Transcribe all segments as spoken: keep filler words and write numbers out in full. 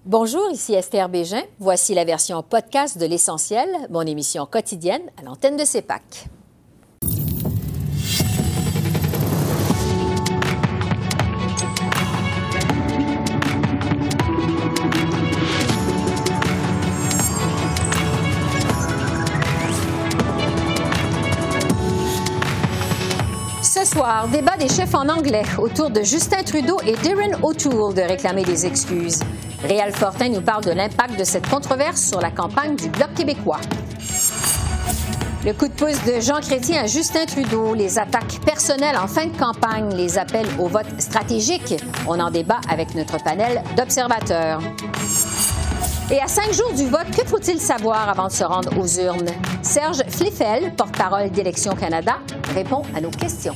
Bonjour, ici Esther Bégin. Voici la version podcast de L'Essentiel, mon émission quotidienne à l'antenne de CEPAC. Ce soir, débat des chefs en anglais autour de Justin Trudeau et Darren O'Toole de réclamer des excuses. Réal Fortin nous parle de l'impact de cette controverse sur la campagne du Bloc québécois. Le coup de pouce de Jean Chrétien à Justin Trudeau, les attaques personnelles en fin de campagne, les appels au vote stratégique. On en débat avec notre panel d'observateurs. Et à cinq jours du vote, que faut-il savoir avant de se rendre aux urnes? Serge Fliffel, porte-parole d'Élections Canada, répond à nos questions.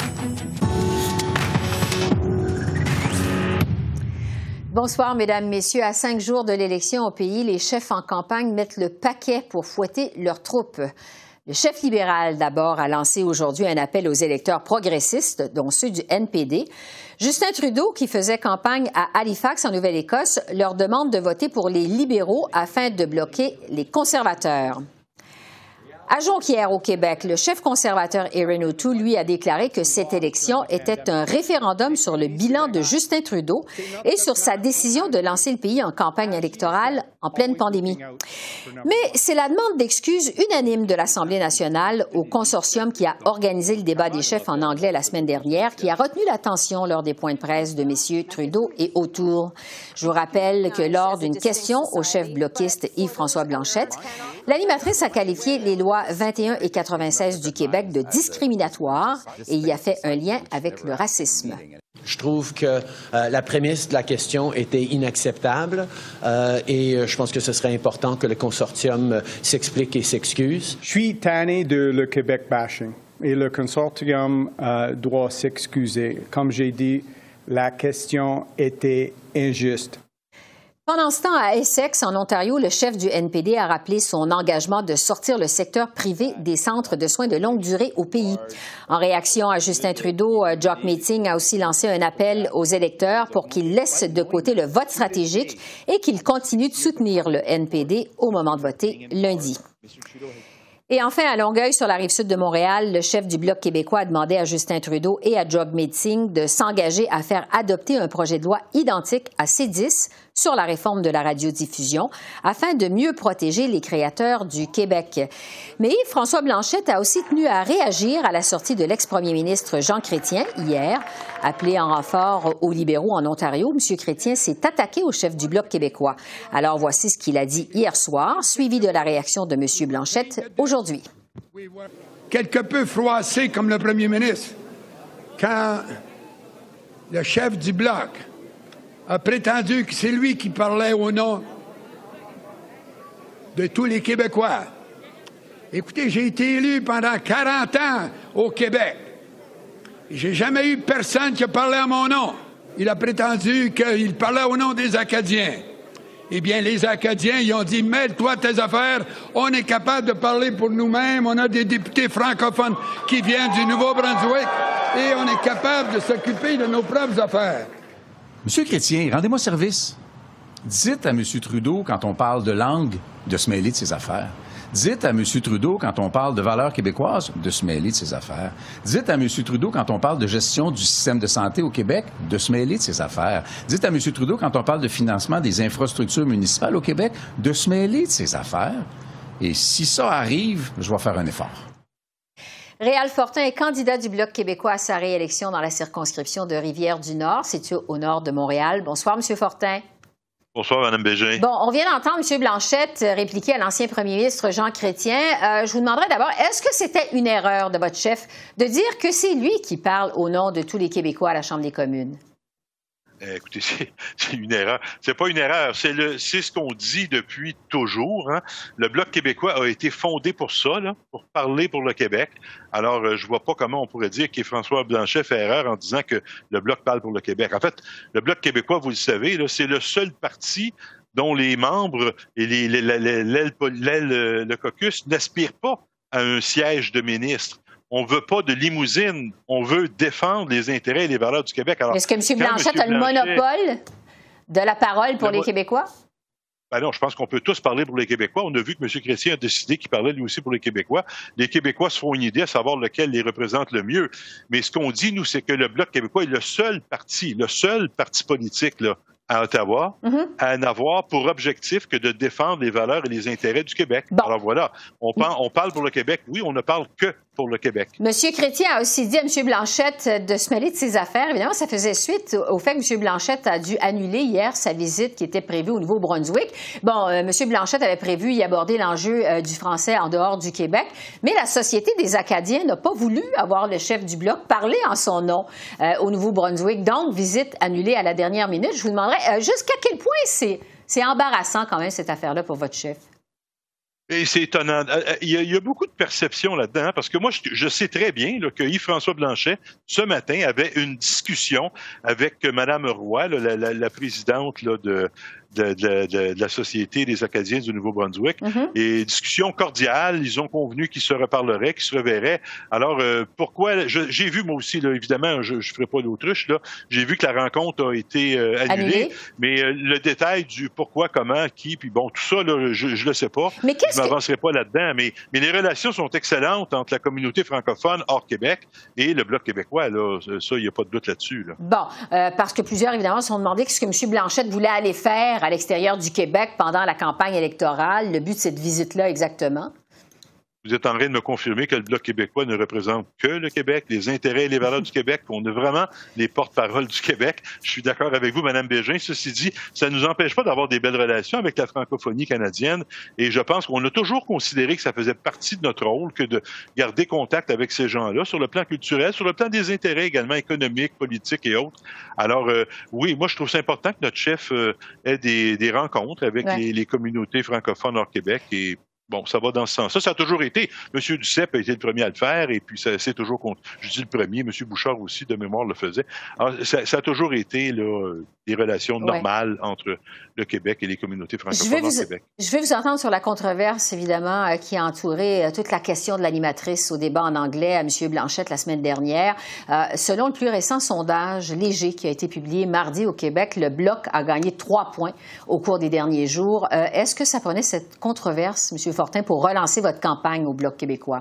Bonsoir, Mesdames, Messieurs. À cinq jours de l'élection au pays, les chefs en campagne mettent le paquet pour fouetter leurs troupes. Le chef libéral, d'abord, a lancé aujourd'hui un appel aux électeurs progressistes, dont ceux du N P D. Justin Trudeau, qui faisait campagne à Halifax, en Nouvelle-Écosse, leur demande de voter pour les libéraux afin de bloquer les conservateurs. À Jonquière, au Québec, le chef conservateur Erin O'Toole, lui, a déclaré que cette élection était un référendum sur le bilan de Justin Trudeau et sur sa décision de lancer le pays en campagne électorale en pleine pandémie. Mais c'est la demande d'excuses unanime de l'Assemblée nationale au consortium qui a organisé le débat des chefs en anglais la semaine dernière qui a retenu l'attention lors des points de presse de messieurs Trudeau et O'Toole. Je vous rappelle que lors d'une question au chef bloquiste Yves-François Blanchette, l'animatrice a qualifié les lois vingt et un et quatre-vingt-seize du Québec de discriminatoires et y a fait un lien avec le racisme. Je trouve que euh, la prémisse de la question était inacceptable euh, et je pense que ce serait important que le consortium s'explique et s'excuse. Je suis tanné de le Québec bashing et le consortium euh, doit s'excuser. Comme j'ai dit, la question était injuste. Pendant ce temps, à Essex, en Ontario, le chef du N P D a rappelé son engagement de sortir le secteur privé des centres de soins de longue durée au pays. En réaction à Justin Trudeau, Jock Meeting a aussi lancé un appel aux électeurs pour qu'ils laissent de côté le vote stratégique et qu'ils continuent de soutenir le N P D au moment de voter lundi. Et enfin, à Longueuil, sur la rive sud de Montréal, le chef du Bloc québécois a demandé à Justin Trudeau et à Jagmeet Singh de s'engager à faire adopter un projet de loi identique à C dix sur la réforme de la radiodiffusion afin de mieux protéger les créateurs du Québec. Mais Yves-François Blanchette a aussi tenu à réagir à la sortie de l'ex-premier ministre Jean Chrétien hier. Appelé en renfort aux libéraux en Ontario, M. Chrétien s'est attaqué au chef du Bloc québécois. Alors voici ce qu'il a dit hier soir, suivi de la réaction de M. Blanchette aujourd'hui. Quelque peu froissé comme le premier ministre, quand le chef du Bloc a prétendu que c'est lui qui parlait au nom de tous les Québécois. Écoutez, j'ai été élu pendant quarante ans au Québec. J'ai jamais eu personne qui a parlé à mon nom. Il a prétendu qu'il parlait au nom des Acadiens. Eh bien, les Acadiens, ils ont dit, mêle-toi de tes affaires, on est capable de parler pour nous-mêmes, on a des députés francophones qui viennent du Nouveau-Brunswick et on est capable de s'occuper de nos propres affaires. Monsieur Chrétien, rendez-moi service. Dites à M. Trudeau, quand on parle de langue, de se mêler de ses affaires. Dites à M. Trudeau, quand on parle de valeurs québécoises, de se mêler de ses affaires. Dites à M. Trudeau, quand on parle de gestion du système de santé au Québec, de se mêler de ses affaires. Dites à M. Trudeau, quand on parle de financement des infrastructures municipales au Québec, de se mêler de ses affaires. Et si ça arrive, je vais faire un effort. Réal Fortin est candidat du Bloc québécois à sa réélection dans la circonscription de Rivière-du-Nord, située au nord de Montréal. Bonsoir, M. Fortin. Bonsoir, Mme Bégin. Bon, on vient d'entendre M. Blanchette répliquer à l'ancien premier ministre Jean Chrétien. Euh, je vous demanderais d'abord, est-ce que c'était une erreur de votre chef de dire que c'est lui qui parle au nom de tous les Québécois à la Chambre des communes? Euh, écoutez, c'est, c'est une erreur. C'est pas une erreur, c'est le, c'est ce qu'on dit depuis toujours. Hein. Le Bloc québécois a été fondé pour ça, là, pour parler pour le Québec. Alors, euh, je vois pas comment on pourrait dire que François Blanchet fait erreur en disant que le Bloc parle pour le Québec. En fait, le Bloc québécois, vous le savez, là, c'est le seul parti dont les membres et les, les, les, l'aile, l'aile, le caucus n'aspirent pas à un siège de ministre. On veut pas de limousine. On veut défendre les intérêts et les valeurs du Québec. Alors, est-ce que M. Blanchette a le monopole De la parole pour Mais les moi... Québécois? Ben non, je pense qu'on peut tous parler pour les Québécois. On a vu que M. Chrétien a décidé qu'il parlait lui aussi pour les Québécois. Les Québécois se font une idée à savoir lequel les représente le mieux. Mais ce qu'on dit, nous, c'est que le Bloc québécois est le seul parti, le seul parti politique là, à Ottawa, mm-hmm. à n'avoir pour objectif que de défendre les valeurs et les intérêts du Québec. Bon. Alors voilà, on, par, on parle pour le Québec. Oui, on ne parle que pour le Québec. M. Chrétien a aussi dit à M. Blanchette de se mêler de ses affaires. Évidemment, ça faisait suite au fait que M. Blanchette a dû annuler hier sa visite qui était prévue au Nouveau-Brunswick. Bon, euh, M. Blanchette avait prévu y aborder l'enjeu euh, du français en dehors du Québec, mais la Société des Acadiens n'a pas voulu avoir le chef du Bloc parler en son nom euh, au Nouveau-Brunswick. Donc, visite annulée à la dernière minute. Je vous demanderais euh, jusqu'à quel point c'est, c'est embarrassant quand même cette affaire-là pour votre chef. Et c'est étonnant. Il y, a, il y a beaucoup de perceptions là-dedans, hein, parce que moi, je, je sais très bien là, que Yves-François Blanchet, ce matin, avait une discussion avec Mme Roy, là, la, la, la présidente là, de, de, de, de, de la Société des Acadiens du Nouveau-Brunswick. Mm-hmm. Et discussion cordiale, ils ont convenu qu'ils se reparleraient, qu'ils se reverraient. Alors, euh, pourquoi... Je, j'ai vu, moi aussi, là, évidemment, je ne ferai pas l'autruche, là, j'ai vu que la rencontre a été euh, annulée, annulée, mais euh, le détail du pourquoi, comment, qui, puis bon, tout ça, là, je ne le sais pas. Mais qu'est-ce je ne m'avancerai pas là-dedans, mais, mais les relations sont excellentes entre la communauté francophone hors Québec et le Bloc québécois. Là, ça, il n'y a pas de doute là-dessus. Là. Bon, euh, parce que plusieurs, évidemment, se sont demandé ce que M. Blanchette voulait aller faire à l'extérieur du Québec pendant la campagne électorale. Le but de cette visite-là, exactement? Vous êtes en train de me confirmer que le Bloc québécois ne représente que le Québec, les intérêts et les valeurs du Québec, qu'on est vraiment les porte-parole du Québec. Je suis d'accord avec vous, Mme Bégin. Ceci dit, ça ne nous empêche pas d'avoir des belles relations avec la francophonie canadienne. Et je pense qu'on a toujours considéré que ça faisait partie de notre rôle que de garder contact avec ces gens-là sur le plan culturel, sur le plan des intérêts également économiques, politiques et autres. Alors, euh, oui, moi, je trouve ça important que notre chef euh, ait des, des rencontres avec ouais. les, les communautés francophones hors Québec et bon, ça va dans ce sens. Ça, ça a toujours été. M. Duceppe a été le premier à le faire, et puis ça, c'est toujours, je dis le premier, M. Bouchard aussi, de mémoire, le faisait. Alors, ça, ça a toujours été là, des relations normales ouais. entre le Québec et les communautés francophones au Québec. Je vais vous entendre sur la controverse, évidemment, euh, qui a entouré euh, toute la question de l'animatrice au débat en anglais à M. Blanchette la semaine dernière. Euh, selon le plus récent sondage léger qui a été publié mardi au Québec, le Bloc a gagné trois points au cours des derniers jours. Euh, est-ce que ça prenait cette controverse, M. Fortin, pour relancer votre campagne au Bloc québécois?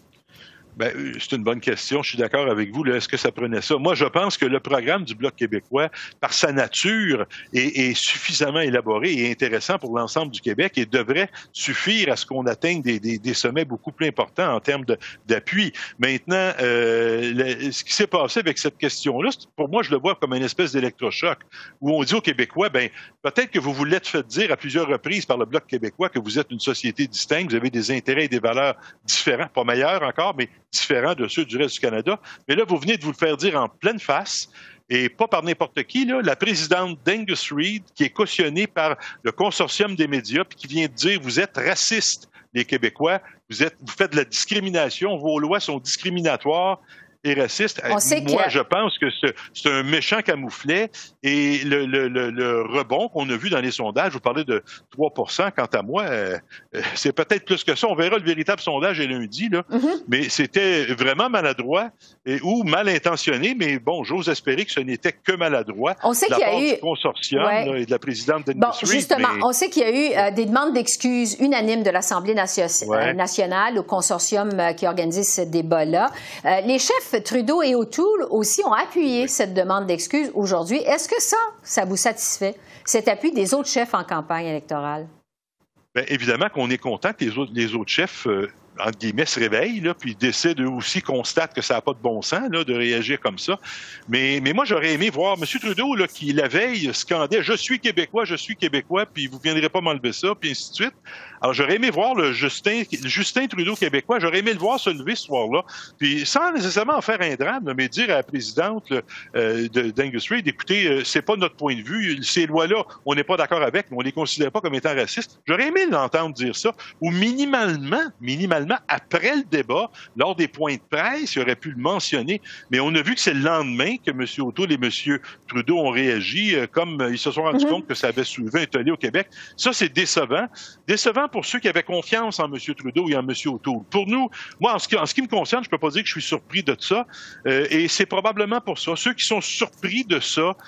Bien, c'est une bonne question. Je suis d'accord avec vous. Là, est-ce que ça prenait ça? Moi, je pense que le programme du Bloc québécois, par sa nature, est, est suffisamment élaboré et intéressant pour l'ensemble du Québec et devrait suffire à ce qu'on atteigne des, des, des sommets beaucoup plus importants en termes de, d'appui. Maintenant, euh, le, ce qui s'est passé avec cette question-là, pour moi, je le vois comme une espèce d'électrochoc où on dit aux Québécois, ben peut-être que vous vous l'êtes fait dire à plusieurs reprises par le Bloc québécois que vous êtes une société distincte, vous avez des intérêts et des valeurs différents, pas meilleurs encore, mais différents de ceux du reste du Canada. Mais là, vous venez de vous le faire dire en pleine face, et pas par n'importe qui, là, la présidente d'Angus Reid, qui est cautionnée par le consortium des médias, puis qui vient de dire, vous êtes racistes, les Québécois, vous, êtes, vous faites de la discrimination, vos lois sont discriminatoires et racistes. On sait Moi, que... je pense que c'est, c'est un méchant camouflet, et le, le, le, le rebond qu'on a vu dans les sondages, vous parlez de trois pour cent, quant à moi, euh, c'est peut-être plus que ça. On verra le véritable sondage est lundi, là. Mm-hmm. Mais c'était vraiment maladroit et, ou mal intentionné, mais bon, j'ose espérer que ce n'était que maladroit. On sait de la qu'il y a part eu... du consortium ouais. là, et de la présidente d'Angus Bon, Reid, justement, mais... on sait qu'il y a eu euh, des demandes d'excuses unanimes de l'Assemblée nation... ouais. euh, nationale au consortium euh, qui a organisé ce débat-là. Euh, les chefs Trudeau et O'Toole aussi ont appuyé cette demande d'excuses aujourd'hui. Est-ce que ça, ça vous satisfait, cet appui des autres chefs en campagne électorale? Bien, évidemment qu'on est content que les autres, les autres chefs, euh, entre guillemets, se réveillent, là, puis décident eux aussi, constatent que ça n'a pas de bon sens là, de réagir comme ça. Mais, mais moi, j'aurais aimé voir M. Trudeau, là, qui la veille scandait « Je suis Québécois, je suis Québécois, puis vous ne viendrez pas m'enlever ça », puis ainsi de suite. Alors, j'aurais aimé voir le Justin, Justin Trudeau québécois, j'aurais aimé le voir se lever ce soir-là, puis sans nécessairement en faire un drame, là, mais dire à la présidente là, euh, de, d'Angus Reid, écoutez, euh, c'est pas notre point de vue, ces lois-là, on n'est pas d'accord avec, mais on les considère pas comme étant racistes. J'aurais aimé l'entendre dire ça, ou minimalement, minimalement, après le débat, lors des points de presse, il aurait pu le mentionner, mais on a vu que c'est le lendemain que M. O'Toole et M. Trudeau ont réagi, euh, comme euh, ils se sont rendus mm-hmm. compte que ça avait soulevé un tollé au Québec. Ça, c'est décevant. Décevant pour ceux qui avaient confiance en M. Trudeau et en M. O'Toole. Pour nous, moi, en ce qui, en ce qui me concerne, je ne peux pas dire que je suis surpris de ça, euh, et c'est probablement pour ça. Ceux qui sont surpris de ça,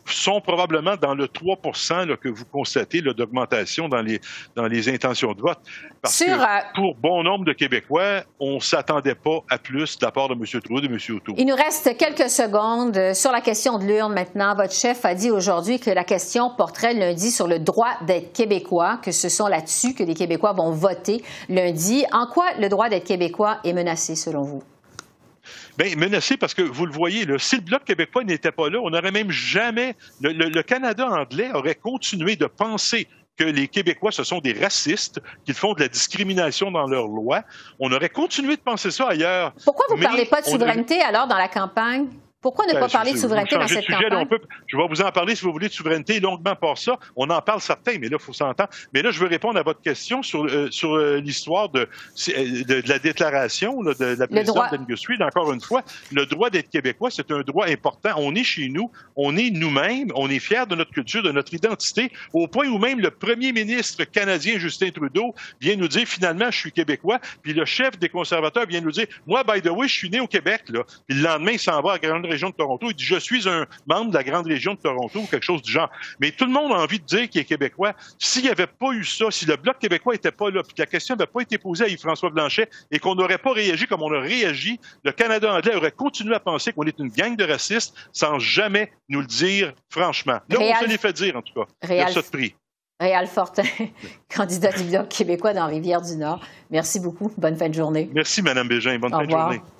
sont probablement dans le trois pour cent là, que vous constatez là, d'augmentation dans les, dans les intentions de vote. Parce Sur, que euh... pour bon nombre de Québécois, on ne s'attendait pas à plus de la part de M. Trudeau et de M. O'Toole. Il nous reste quelques secondes. Sur la question de l'urne maintenant, votre chef a dit aujourd'hui que la question porterait lundi sur le droit d'être québécois, que ce sont là-dessus que les Québécois vont voter lundi. En quoi le droit d'être québécois est menacé, selon vous? Bien, menacé parce que, vous le voyez, là, si le Bloc québécois n'était pas là, on n'aurait même jamais... Le, le, le Canada anglais aurait continué de penser que les Québécois, ce sont des racistes, qu'ils font de la discrimination dans leurs lois. On aurait continué de penser ça ailleurs. Pourquoi vous ne parlez pas de souveraineté, a... alors, dans la campagne? Pourquoi ne ben, pas parler de souveraineté dans cette de sujet, campagne? Là, on peut, je vais vous en parler, si vous voulez, de souveraineté longuement par ça. On en parle certains, mais là, il faut s'entendre. Mais là, je veux répondre à votre question sur, euh, sur euh, l'histoire de, de, de la déclaration là, de, de la présidente d'Angus Reid. Encore une fois, le droit d'être québécois, c'est un droit important. On est chez nous, on est nous-mêmes, on est fiers de notre culture, de notre identité, au point où même le premier ministre canadien, Justin Trudeau, vient nous dire, finalement, je suis québécois. Puis le chef des conservateurs vient nous dire, moi, by the way, je suis né au Québec. Là. Puis le lendemain, il s'en va à la grande région de Toronto. Il dit, je suis un membre de la grande région de Toronto ou quelque chose du genre. Mais tout le monde a envie de dire qu'il est québécois. S'il n'y avait pas eu ça, si le Bloc québécois n'était pas là, puis que la question n'avait pas été posée à Yves-François Blanchet et qu'on n'aurait pas réagi comme on a réagi, le Canada anglais aurait continué à penser qu'on est une gang de racistes sans jamais nous le dire franchement. Là, Réal... on se l'est fait dire, en tout cas. Réal... Il y a ça de prix. Réal Fortin, candidat du Bloc québécois dans Rivière-du-Nord. Merci beaucoup. Bonne fin de journée. Merci, Mme Bégin. Bonne Au fin revoir. de journée.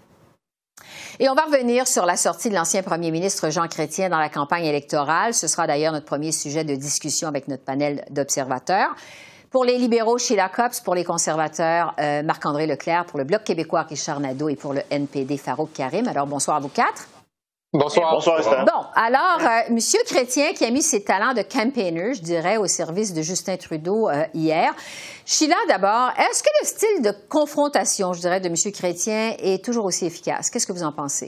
Et on va revenir sur la sortie de l'ancien premier ministre Jean Chrétien dans la campagne électorale. Ce sera d'ailleurs notre premier sujet de discussion avec notre panel d'observateurs. Pour les libéraux, Sheila Copps, pour les conservateurs, euh, Marc-André Leclerc, pour le Bloc québécois, Richard Nadeau et pour le N P D, Farouk Karim. Alors, bonsoir à vous quatre. Bonsoir. Bonsoir, Esther. Bon, alors, euh, M. Chrétien qui a mis ses talents de campaigner, je dirais, au service de Justin Trudeau euh, hier. Sheila, d'abord, est-ce que le style de confrontation, je dirais, de M. Chrétien est toujours aussi efficace? Qu'est-ce que vous en pensez?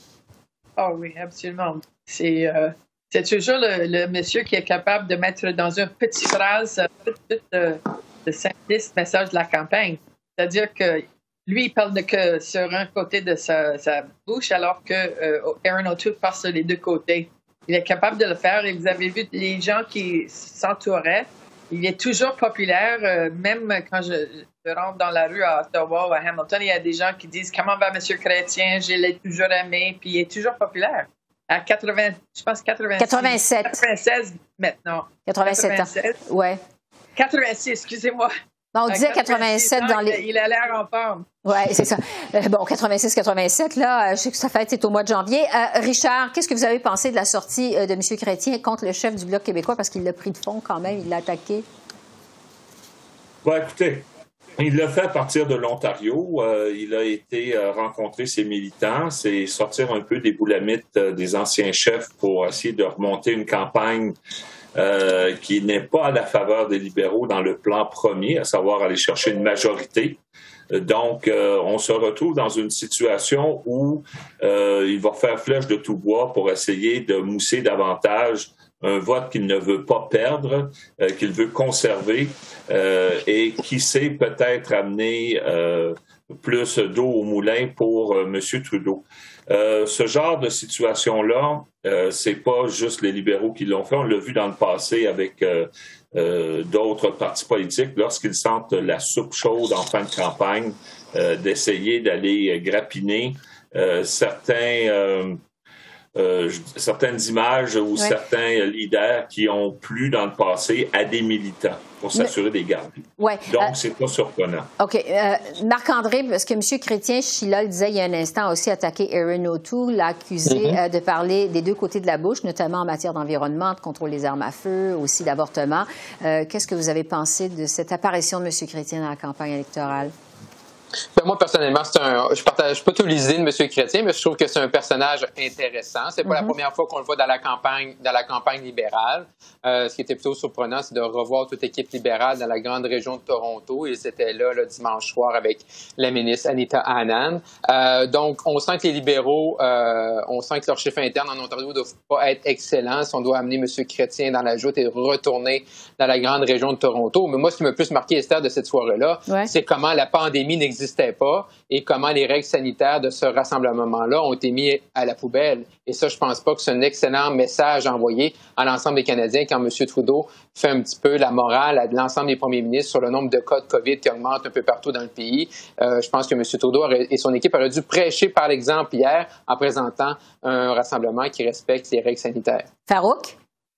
Oh oui, absolument. C'est, euh, c'est toujours le, le monsieur qui est capable de mettre dans une petite phrase tout euh, le simpliste message de la campagne. C'est-à-dire que lui, il parle de que sur un côté de sa, sa bouche, alors que euh, Erin O'Toole parle sur les deux côtés. Il est capable de le faire et vous avez vu les gens qui s'entouraient. Il est toujours populaire, euh, même quand je, je rentre dans la rue à Ottawa ou à Hamilton, il y a des gens qui disent « Comment va M. Chrétien? Je l'ai toujours aimé. » Puis il est toujours populaire. À quatre-vingts, je pense quatre-vingt-six, quatre-vingt-sept. quatre-vingt-seize maintenant. quatre-vingt-sept, quatre-vingt-sept ans. Ouais. quatre-vingt-six, excusez-moi. Non, on disait quatre-vingt-sept dans les... Il a l'air en forme. Oui, c'est ça. Euh, bon, quatre-vingt-six quatre-vingt-sept, là, je sais que sa fête est au mois de janvier. Euh, Richard, qu'est-ce que vous avez pensé de la sortie de M. Chrétien contre le chef du Bloc québécois parce qu'il l'a pris de fond quand même, il l'a attaqué? Bon, écoutez, il l'a fait à partir de l'Ontario. Euh, il a été euh, rencontrer ses militants, c'est sortir un peu des boulamites euh, des anciens chefs pour essayer de remonter une campagne Euh, qui n'est pas à la faveur des libéraux dans le plan premier, à savoir aller chercher une majorité. Donc, euh, on se retrouve dans une situation où euh, il va faire flèche de tout bois pour essayer de mousser davantage un vote qu'il ne veut pas perdre, euh, qu'il veut conserver euh, et qui sait peut-être amener euh, plus d'eau au moulin pour euh, M. Trudeau. Euh, ce genre de situation-là, euh, c'est pas juste les libéraux qui l'ont fait. On l'a vu dans le passé avec euh, euh, d'autres partis politiques lorsqu'ils sentent la soupe chaude en fin de campagne, euh, d'essayer d'aller grappiner euh, certains, euh, euh, certaines images ou ouais. certains leaders qui ont plu dans le passé à des militants pour s'assurer des gardes. Ouais. Donc, euh, c'est pas surprenant. OK. Euh, Marc-André, parce que M. Chrétien, Sheila le disait il y a un instant, a aussi attaqué Erin O'Toole, l'a accusé mm-hmm. euh, de parler des deux côtés de la bouche, notamment en matière d'environnement, de contrôle des armes à feu, aussi d'avortement. Euh, qu'est-ce que vous avez pensé de cette apparition de M. Chrétien dans la campagne électorale? Ben moi, personnellement, c'est un, je partage pas toutes les idées de M. Chrétien, mais je trouve que c'est un personnage intéressant. C'est pas mm-hmm. la première fois qu'on le voit dans la campagne, dans la campagne libérale. Euh, ce qui était plutôt surprenant, c'est de revoir toute équipe libérale dans la grande région de Toronto. Ils étaient là le dimanche soir avec la ministre Anita Anand. Euh, donc, on sent que les libéraux, euh, on sent que leur chiffre interne en Ontario ne doit pas être excellent si on doit amener M. Chrétien dans la joute et retourner dans la grande région de Toronto. Mais moi, ce qui m'a plus marqué, Esther, de cette soirée-là, ouais. c'est comment la pandémie n'existe n'existait pas et comment les règles sanitaires de ce rassemblement-là ont été mis à la poubelle. Et ça, je pense pas que c'est un excellent message envoyé à l'ensemble des Canadiens quand M. Trudeau fait un petit peu la morale à l'ensemble des premiers ministres sur le nombre de cas de COVID qui augmentent un peu partout dans le pays. Euh, je pense que M. Trudeau aurait, et son équipe auraient dû prêcher par l'exemple hier en présentant un rassemblement qui respecte les règles sanitaires. Farouk?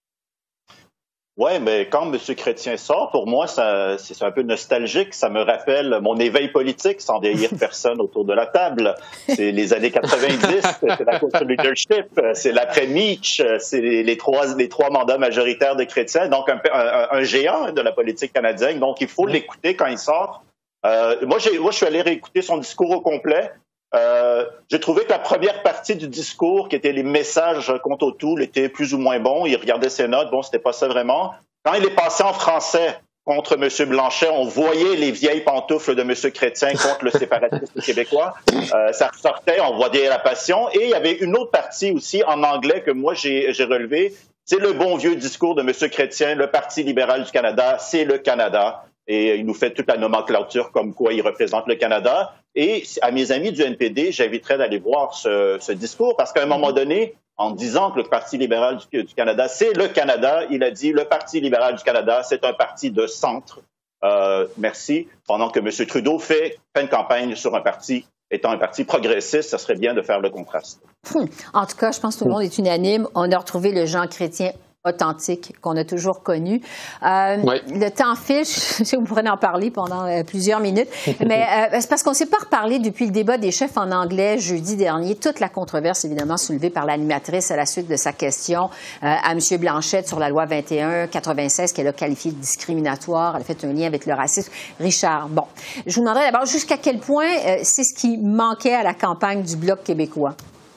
Oui, mais quand M. Chrétien sort, pour moi, ça, c'est un peu nostalgique. Ça me rappelle mon éveil politique, sans déhir personne autour de la table. C'est les années quatre-vingt-dix, c'est la course de leadership, c'est l'après-Mitch, c'est les trois, les trois mandats majoritaires de Chrétien, donc un, un, un géant de la politique canadienne. Donc, il faut l'écouter quand il sort. Euh, moi, j'ai, moi, je suis allé réécouter son discours au complet. Euh, j'ai trouvé que la première partie du discours, qui était les messages contre O'Toole, était plus ou moins bon. Il regardait ses notes, bon, c'était pas ça vraiment. Quand il est passé en français contre M. Blanchet, on voyait les vieilles pantoufles de M. Chrétien contre le séparatisme québécois. Euh, ça ressortait, on voyait la passion. Et il y avait une autre partie aussi en anglais que moi j'ai, j'ai relevé. C'est le bon vieux discours de M. Chrétien, le Parti libéral du Canada, c'est le Canada. Et il nous fait toute la nomenclature comme quoi il représente le Canada. Et à mes amis du N P D, j'inviterais d'aller voir ce, ce discours parce qu'à un moment donné, en disant que le Parti libéral du, du Canada, c'est le Canada, il a dit le Parti libéral du Canada, c'est un parti de centre. Euh, merci. Pendant que M. Trudeau fait, fait une campagne sur un parti étant un parti progressiste, ça serait bien de faire le contraste. Hum. En tout cas, je pense que tout le monde est unanime. On a retrouvé le Jean Chrétien authentique qu'on a toujours connu. Euh, oui. Le temps file, je sais que vous pourrez en parler pendant euh, plusieurs minutes, mais euh, c'est parce qu'on ne s'est pas reparlé depuis le débat des chefs en anglais jeudi dernier. Toute la controverse, évidemment, soulevée par l'animatrice à la suite de sa question euh, à M. Blanchette sur la loi vingt et un quatre-vingt-seize qu'elle a qualifiée de discriminatoire. Elle a fait un lien avec le racisme. Richard, bon, je vous demanderais d'abord jusqu'à quel point euh, c'est ce qui manquait à la campagne du Bloc québécois.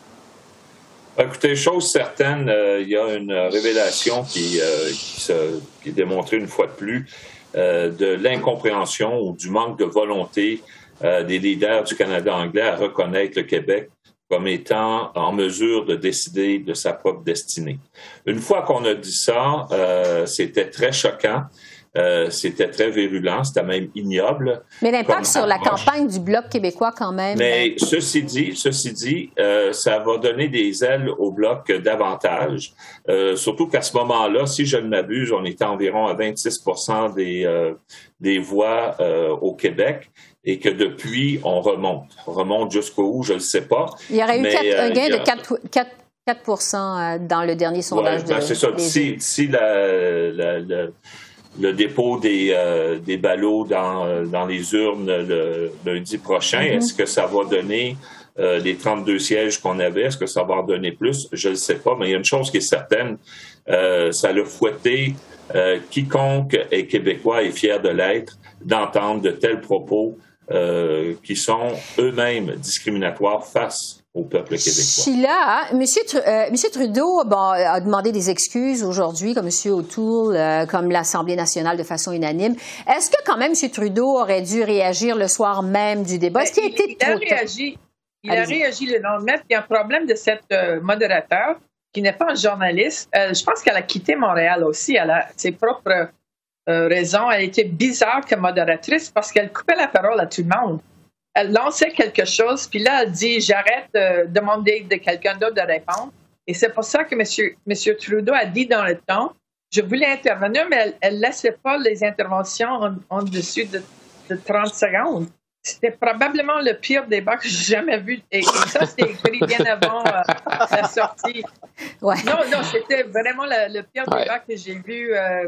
Écoutez, chose certaine, euh, il y a une révélation qui, euh, qui, se, qui est démontrée une fois de plus euh, de l'incompréhension ou du manque de volonté euh, des leaders du Canada anglais à reconnaître le Québec comme étant en mesure de décider de sa propre destinée. Une fois qu'on a dit ça, euh, c'était très choquant. Euh, c'était très virulent, c'était même ignoble. Mais l'impact sur la campagne du Bloc québécois, quand même. Mais ceci dit, ceci dit, euh, ça va donner des ailes au Bloc davantage. Euh, surtout qu'à ce moment-là, si je ne m'abuse, on était environ à vingt-six pour cent des, euh, des voix euh, au Québec. Et que depuis, on remonte. On remonte jusqu'où, je ne le sais pas. Il y aurait mais, eu quatre, euh, un gain a... de quatre pour cent dans le dernier sondage. Ouais, ben de c'est ça. D'ici, d'ici la, la, la, le dépôt des, euh, des ballots dans, dans les urnes le lundi prochain, mm-hmm. Est-ce que ça va donner euh, les trente-deux sièges qu'on avait? Est-ce que ça va en donner plus? Je ne sais pas, mais il y a une chose qui est certaine. Euh, ça l'a fouetté euh, quiconque est québécois et fier de l'être d'entendre de tels propos euh, qui sont eux-mêmes discriminatoires face au peuple québécois. Sheila, M. Tr- euh, M. Trudeau bon, a demandé des excuses aujourd'hui, comme M. O'Toole, euh, comme l'Assemblée nationale de façon unanime. Est-ce que quand même M. Trudeau aurait dû réagir le soir même du débat? Est-ce qu'il a été il, trop il a réagi, Il Allez-y. a réagi le lendemain. Puis il y a un problème de cette euh, modérateur qui n'est pas un journaliste. Euh, je pense qu'elle a quitté Montréal aussi. Elle a ses propres euh, raisons. Elle était bizarre comme modératrice parce qu'elle coupait la parole à tout le monde. Elle lançait quelque chose, puis là, elle dit « J'arrête de demander de quelqu'un d'autre de répondre ». Et c'est pour ça que M. Monsieur Trudeau a dit dans le temps « Je voulais intervenir, mais elle ne laissait pas les interventions en, en dessus de, de trente secondes ». C'était probablement le pire débat que j'ai jamais vu. Et, et ça, c'était écrit bien avant euh, la sortie. Ouais. Non, non, c'était vraiment le, le pire ouais. débat que j'ai vu euh,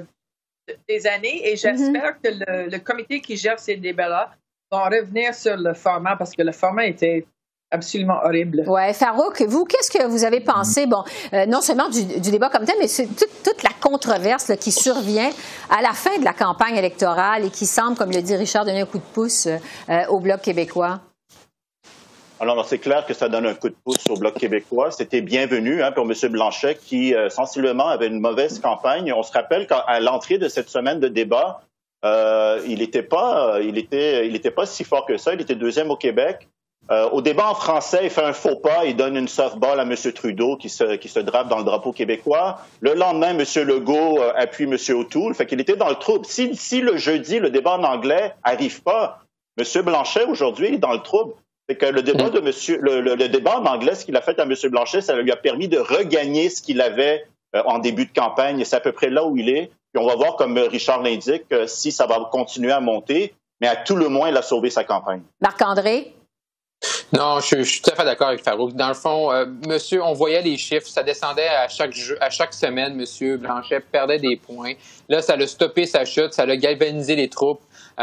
des années. Et j'espère mm-hmm. que le, le comité qui gère ces débats-là va revenir sur le format parce que le format était absolument horrible. Oui, Farouk, vous, qu'est-ce que vous avez pensé, bon, euh, non seulement du, du débat comme tel, mais c'est toute, toute la controverse là, qui survient à la fin de la campagne électorale et qui semble, comme le dit Richard, donner un coup de pouce euh, au Bloc québécois? Alors, c'est clair que ça donne un coup de pouce au Bloc québécois. C'était bienvenu hein, pour M. Blanchet qui, euh, sensiblement, avait une mauvaise campagne. On se rappelle qu'à l'entrée de cette semaine de débat, Euh, il n'était pas, il était, il était pas si fort que ça. Il était deuxième au Québec. Euh, au débat en français, il fait un faux pas. Il donne une softball à M. Trudeau qui se, qui se drape dans le drapeau québécois. Le lendemain, M. Legault euh, appuie M. O'Toole. Fait qu'il était dans le trouble. Si, si le jeudi, le débat en anglais arrive pas, M. Blanchet, aujourd'hui, est dans le trouble. C'est que le débat de monsieur, le, le, le débat en anglais, ce qu'il a fait à M. Blanchet, ça lui a permis de regagner ce qu'il avait euh, en début de campagne. Et c'est à peu près là où il est. Puis on va voir, comme Richard l'indique, euh, si ça va continuer à monter. Mais à tout le moins, il a sauvé sa campagne. Marc-André? Non, je, je suis tout à fait d'accord avec Farouk. Dans le fond, euh, monsieur, on voyait les chiffres, ça descendait à chaque jeu, à chaque semaine, monsieur Blanchet perdait des points. Là, ça l'a stoppé sa chute, ça l'a galvanisé les troupes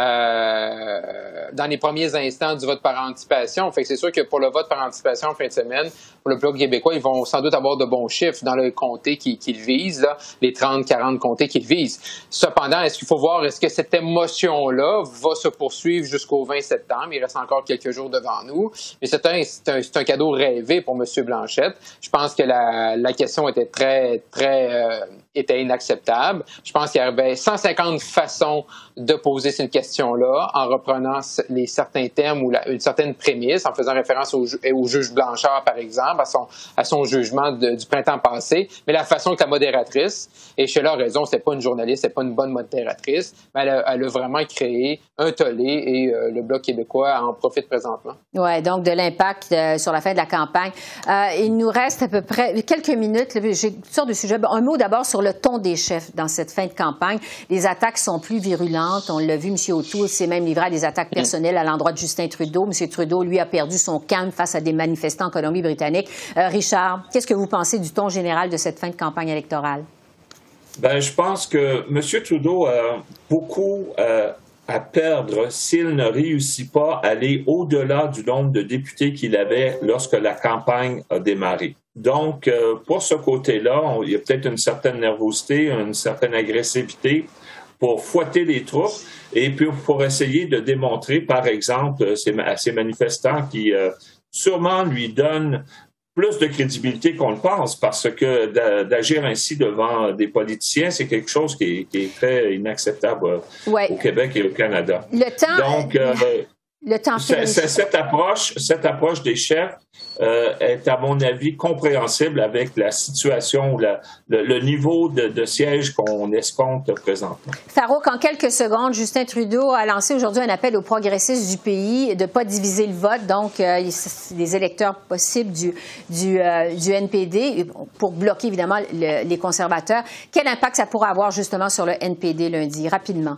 euh, dans les premiers instants du vote par anticipation. Fait que c'est sûr que pour le vote par anticipation en fin de semaine, pour le Bloc québécois, ils vont sans doute avoir de bons chiffres dans le comté qu'ils, qu'ils visent, là, les trente quarante comtés qu'ils visent. Cependant, est-ce qu'il faut voir, est-ce que cette émotion-là va se poursuivre jusqu'au vingt septembre? Il reste encore quelques jours devant nous. Mais c'est un, c'est un, c'est un cadeau rêvé pour M. Blanchette. Je pense que la, la question était très, très, euh, était inacceptable. Je pense qu'il y avait cent cinquante façons de poser cette question-là en reprenant les certains termes ou la, une certaine prémisse, en faisant référence au, au juge Blanchard, par exemple, à son, à son jugement de, du printemps passé. Mais la façon que la modératrice, et Sheila a raison, c'est pas une journaliste, c'est pas une bonne modératrice, mais elle a, elle a vraiment créé un tollé et euh, le Bloc québécois en profite présentement. Oui, donc de l'impact euh, sur la fin de la campagne. Euh, il nous reste à peu près quelques minutes. J'ai toutes sortes de sujets. Un mot d'abord sur le ton des chefs dans cette fin de campagne. Les attaques sont plus virulentes. On l'a vu, M. O'Toole s'est même livré à des attaques personnelles à l'endroit de Justin Trudeau. M. Trudeau, lui, a perdu son calme face à des manifestants en Colombie-Britannique. Euh, Richard, qu'est-ce que vous pensez du ton général de cette fin de campagne électorale? Ben, je pense que M. Trudeau a beaucoup euh, à perdre s'il ne réussit pas à aller au-delà du nombre de députés qu'il avait lorsque la campagne a démarré. Donc, euh, pour ce côté-là, on, il y a peut-être une certaine nervosité, une certaine agressivité pour fouetter les troupes et puis pour essayer de démontrer, par exemple, ces, à ces manifestants qui euh, sûrement lui donnent plus de crédibilité qu'on le pense, parce que d'agir ainsi devant des politiciens, c'est quelque chose qui est, qui est très inacceptable ouais. au Québec et au Canada. Le temps, Donc, euh, le temps c'est, c'est, cette approche, cette approche des chefs euh, est, à mon avis, compréhensible avec la situation, la, le, le niveau de, de siège qu'on escompte présentement. Farouk, en quelques secondes, Justin Trudeau a lancé aujourd'hui un appel aux progressistes du pays de ne pas diviser le vote, donc euh, les électeurs possibles du, du, euh, du N P D pour bloquer évidemment le, les conservateurs. Quel impact ça pourra avoir justement sur le N P D lundi? Rapidement.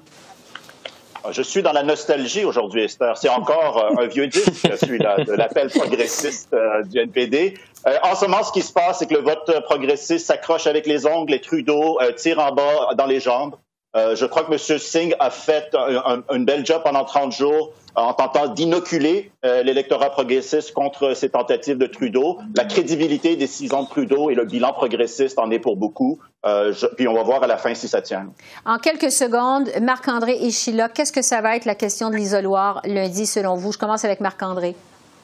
Je suis dans la nostalgie aujourd'hui, Esther. C'est encore euh, un vieux disque, celui-là, de l'appel progressiste euh, du N P D. Euh, en ce moment, ce qui se passe, c'est que le vote progressiste s'accroche avec les ongles et Trudeau euh, tire en bas dans les jambes. Euh, je crois que M. Singh a fait un, un, une belle job pendant trente jours en tentant d'inoculer euh, l'électorat progressiste contre ces tentatives de Trudeau. La crédibilité des six ans de Trudeau et le bilan progressiste en est pour beaucoup. Euh, je, puis on va voir à la fin si ça tient. En quelques secondes, Marc-André et Sheila, qu'est-ce que ça va être la question de l'isoloir lundi selon vous? Je commence avec Marc-André.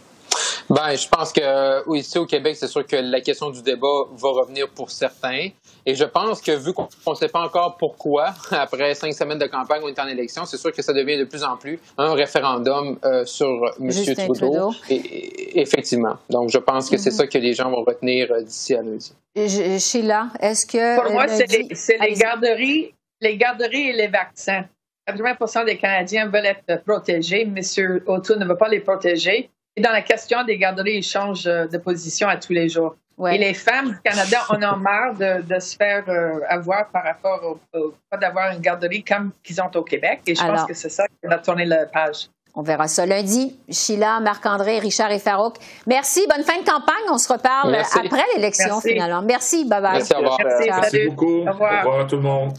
Ben, je pense que oui, ici au Québec, c'est sûr que la question du débat va revenir pour certains. Et je pense que vu qu'on ne sait pas encore pourquoi, après cinq semaines de campagne, on est en élection, c'est sûr que ça devient de plus en plus un référendum euh, sur M. Trudeau. Trudeau. Et, et, effectivement. Donc, je pense que mm-hmm. c'est ça que les gens vont retenir euh, d'ici à lundi. Je, Sheila, est-ce que... Pour moi, c'est, les, c'est les garderies, les garderies et les vaccins. quatre-vingts pour cent des Canadiens veulent être protégés. M. O'Toole ne veut pas les protéger. Et dans la question des garderies, ils changent de position à tous les jours. Ouais. Et les femmes du Canada, on a marre de, de se faire euh, avoir par rapport au, au pas d'avoir une garderie comme qu'ils ont au Québec. Et je Alors, pense que c'est ça qui va tourner la page. On verra ça lundi. Sheila, Marc-André, Richard et Farouk. Merci. Bonne fin de campagne. On se reparle Merci. après l'élection, Merci. finalement. Merci. Bye-bye. Merci, au revoir. Merci, Merci beaucoup. Au revoir. Au revoir à tout le monde.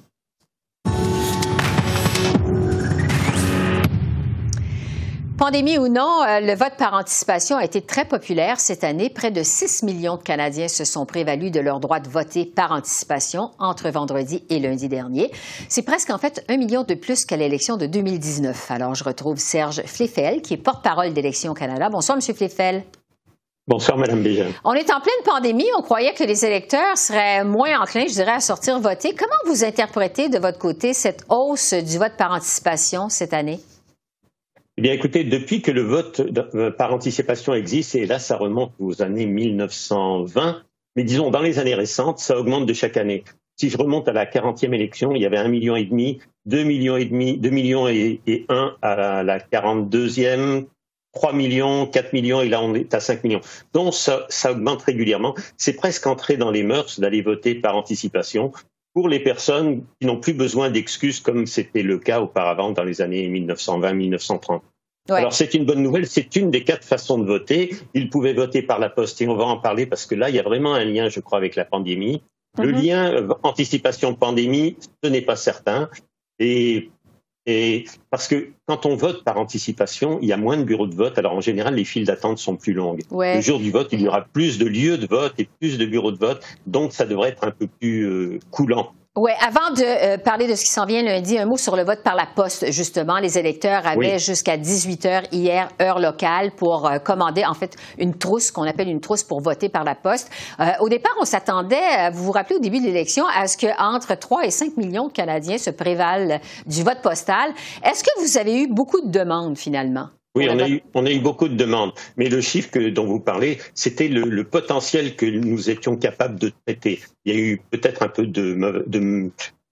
Pandémie ou non, le vote par anticipation a été très populaire cette année. Près de six millions de Canadiens se sont prévalus de leur droit de voter par anticipation entre vendredi et lundi dernier. C'est presque en fait un million de plus qu'à l'élection de deux mille dix-neuf. Alors, je retrouve Serge Fléfel, qui est porte-parole d'Élections Canada. Bonsoir, M. Fléfel. Bonsoir, Mme Bégin. On est en pleine pandémie. On croyait que les électeurs seraient moins enclins, je dirais, à sortir voter. Comment vous interprétez de votre côté cette hausse du vote par anticipation cette année? Eh bien, écoutez, depuis que le vote par anticipation existe, et là, ça remonte aux années mille neuf cent vingt, mais disons, dans les années récentes, ça augmente de chaque année. si je remonte à la quarantième élection, il y avait un million et demi, deux millions et demi, deux millions et, et un à la quarante-deuxième, trois millions, quatre millions, et là on est à cinq millions. Donc ça, ça augmente régulièrement. C'est presque entré dans les mœurs d'aller voter par anticipation pour les personnes qui n'ont plus besoin d'excuses comme c'était le cas auparavant dans les années mille neuf cent vingt mille neuf cent trente. Ouais. Alors c'est une bonne nouvelle, c'est une des quatre façons de voter. Ils pouvaient voter par la poste et on va en parler parce que là il y a vraiment un lien, je crois, avec la pandémie. Mm-hmm. Le lien euh, anticipation-pandémie, ce n'est pas certain. Et Et parce que quand on vote par anticipation, il y a moins de bureaux de vote. Alors en général, les files d'attente sont plus longues. Ouais. Le jour du vote, il y aura plus de lieux de vote et plus de bureaux de vote. Donc ça devrait être un peu plus euh, coulant. Oui, avant de euh, parler de ce qui s'en vient lundi, un mot sur le vote par la poste, justement. Les électeurs avaient oui. jusqu'à dix-huit heures hier, heure locale, pour euh, commander, en fait, une trousse, qu'on appelle une trousse pour voter par la poste. Euh, au départ, on s'attendait, vous vous rappelez, au début de l'élection, à ce qu'entre trois et cinq millions de Canadiens se prévalent du vote postal. Est-ce que vous avez eu beaucoup de demandes, finalement? Oui, on a, eu, on a eu beaucoup de demandes. Mais le chiffre que, dont vous parlez, c'était le, le potentiel que nous étions capables de traiter. Il y a eu peut-être un peu de, de...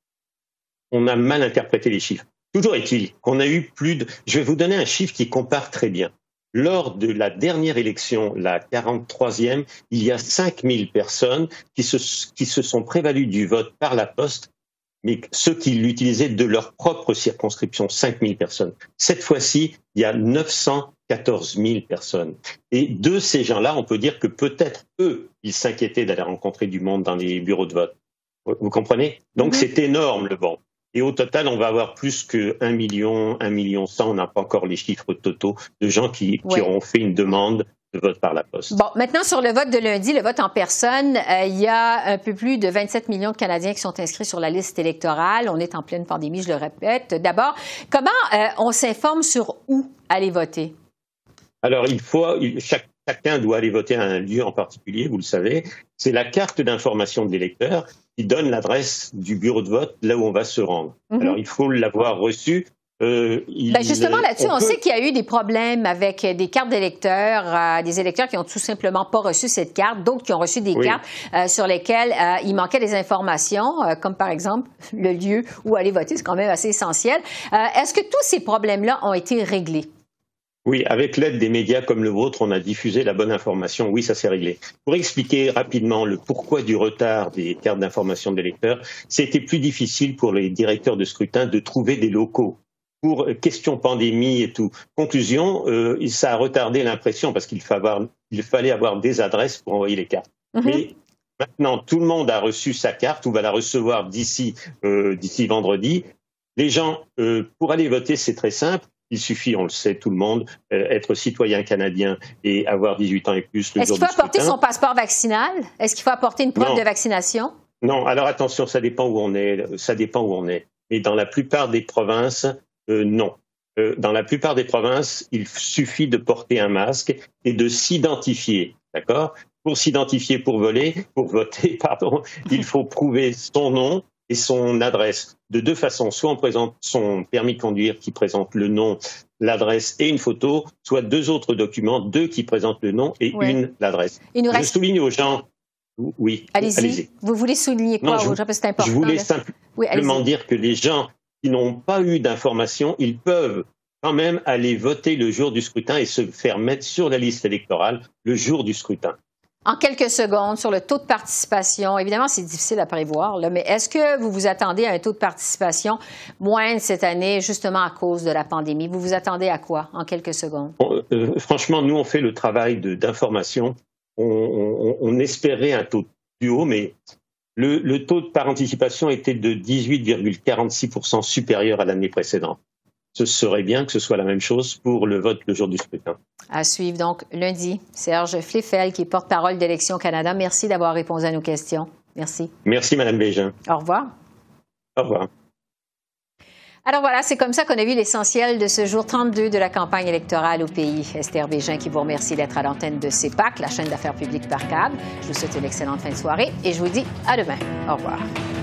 On a mal interprété les chiffres. Toujours est-il qu'on a eu plus de... Je vais vous donner un chiffre qui compare très bien. Lors de la dernière élection, la quarante-troisième, il y a cinq mille personnes qui se, qui se sont prévalues du vote par la poste, mais ceux qui l'utilisaient de leur propre circonscription, cinq mille personnes. Cette fois-ci, il y a neuf cent quatorze mille personnes. Et de ces gens-là, on peut dire que peut-être eux, ils s'inquiétaient d'aller rencontrer du monde dans les bureaux de vote. Vous comprenez? Donc mm-hmm. c'est énorme le vent. Et au total, on va avoir plus que un million, un million cent, on n'a pas encore les chiffres totaux de gens qui, ouais. qui auront fait une demande de vote par la poste. Bon, maintenant, sur le vote de lundi, le vote en personne, euh, il y a un peu plus de vingt-sept millions de Canadiens qui sont inscrits sur la liste électorale. On est en pleine pandémie, je le répète. D'abord, comment euh, on s'informe sur où aller voter? Alors, il faut, il, chaque, chacun doit aller voter à un lieu en particulier, vous le savez. C'est la carte d'information de l'électeur qui donne l'adresse du bureau de vote là où on va se rendre. Mm-hmm. Alors, il faut l'avoir reçu. Euh, il, ben justement, là-dessus, on, on peut... sait qu'il y a eu des problèmes avec des cartes d'électeurs, euh, des électeurs qui ont tout simplement pas reçu cette carte, d'autres qui ont reçu des oui. cartes euh, sur lesquelles euh, il manquait des informations, euh, comme par exemple le lieu où aller voter, c'est quand même assez essentiel. Euh, est-ce que tous ces problèmes-là ont été réglés? Oui, avec l'aide des médias comme le vôtre, on a diffusé la bonne information. Oui, ça s'est réglé. Pour expliquer rapidement le pourquoi du retard des cartes d'information d'électeurs, c'était plus difficile pour les directeurs de scrutin de trouver des locaux. Pour question pandémie et tout. Conclusion, euh, ça a retardé l'impression parce qu'il fallait avoir, il fallait avoir des adresses pour envoyer les cartes. Mm-hmm. Mais maintenant, tout le monde a reçu sa carte ou va la recevoir d'ici, euh, d'ici vendredi. Les gens, euh, pour aller voter, c'est très simple. Il suffit, on le sait, tout le monde, euh, être citoyen canadien et avoir dix-huit ans et plus le Est-ce jour du qu'il faut scrutin. apporter son passeport vaccinal? Est-ce qu'il faut apporter une preuve non. de vaccination? Non, alors attention, ça dépend où on est. Ça dépend où on est. Mais dans la plupart des provinces, Euh, non. Euh, dans la plupart des provinces, il suffit de porter un masque et de s'identifier, d'accord? Pour s'identifier, pour voler, pour voter, pardon, il faut prouver son nom et son adresse. De deux façons, soit on présente son permis de conduire qui présente le nom, l'adresse et une photo, soit deux autres documents, deux qui présentent le nom et ouais. une l'adresse. Je reste... souligne aux gens... Oui, allez-y. allez-y. Vous voulez souligner quoi non, je, aux gens? Parce que c'est important. Je voulais là. simplement oui, dire que les gens qui n'ont pas eu d'informations, ils peuvent quand même aller voter le jour du scrutin et se faire mettre sur la liste électorale le jour du scrutin. En quelques secondes, sur le taux de participation, évidemment, c'est difficile à prévoir, là, mais est-ce que vous vous attendez à un taux de participation moindre cette année, justement à cause de la pandémie? Vous vous attendez à quoi, en quelques secondes? Bon, euh, franchement, nous, on fait le travail de, d'information. On, on, on espérait un taux plus haut, mais... Le, le taux de participation était de dix-huit virgule quarante-six pour cent supérieur à l'année précédente. Ce serait bien que ce soit la même chose pour le vote le jour du scrutin. À suivre donc lundi. Serge Flieffel, qui est porte-parole d'Élections Canada. Merci d'avoir répondu à nos questions. Merci. Merci, Mme Bégin. Au revoir. Au revoir. Alors voilà, c'est comme ça qu'on a vu l'essentiel de ce jour trente-deux de la campagne électorale au pays. Esther Bégin qui vous remercie d'être à l'antenne de C E P A C, la chaîne d'affaires publiques par câble. Je vous souhaite une excellente fin de soirée et je vous dis à demain. Au revoir.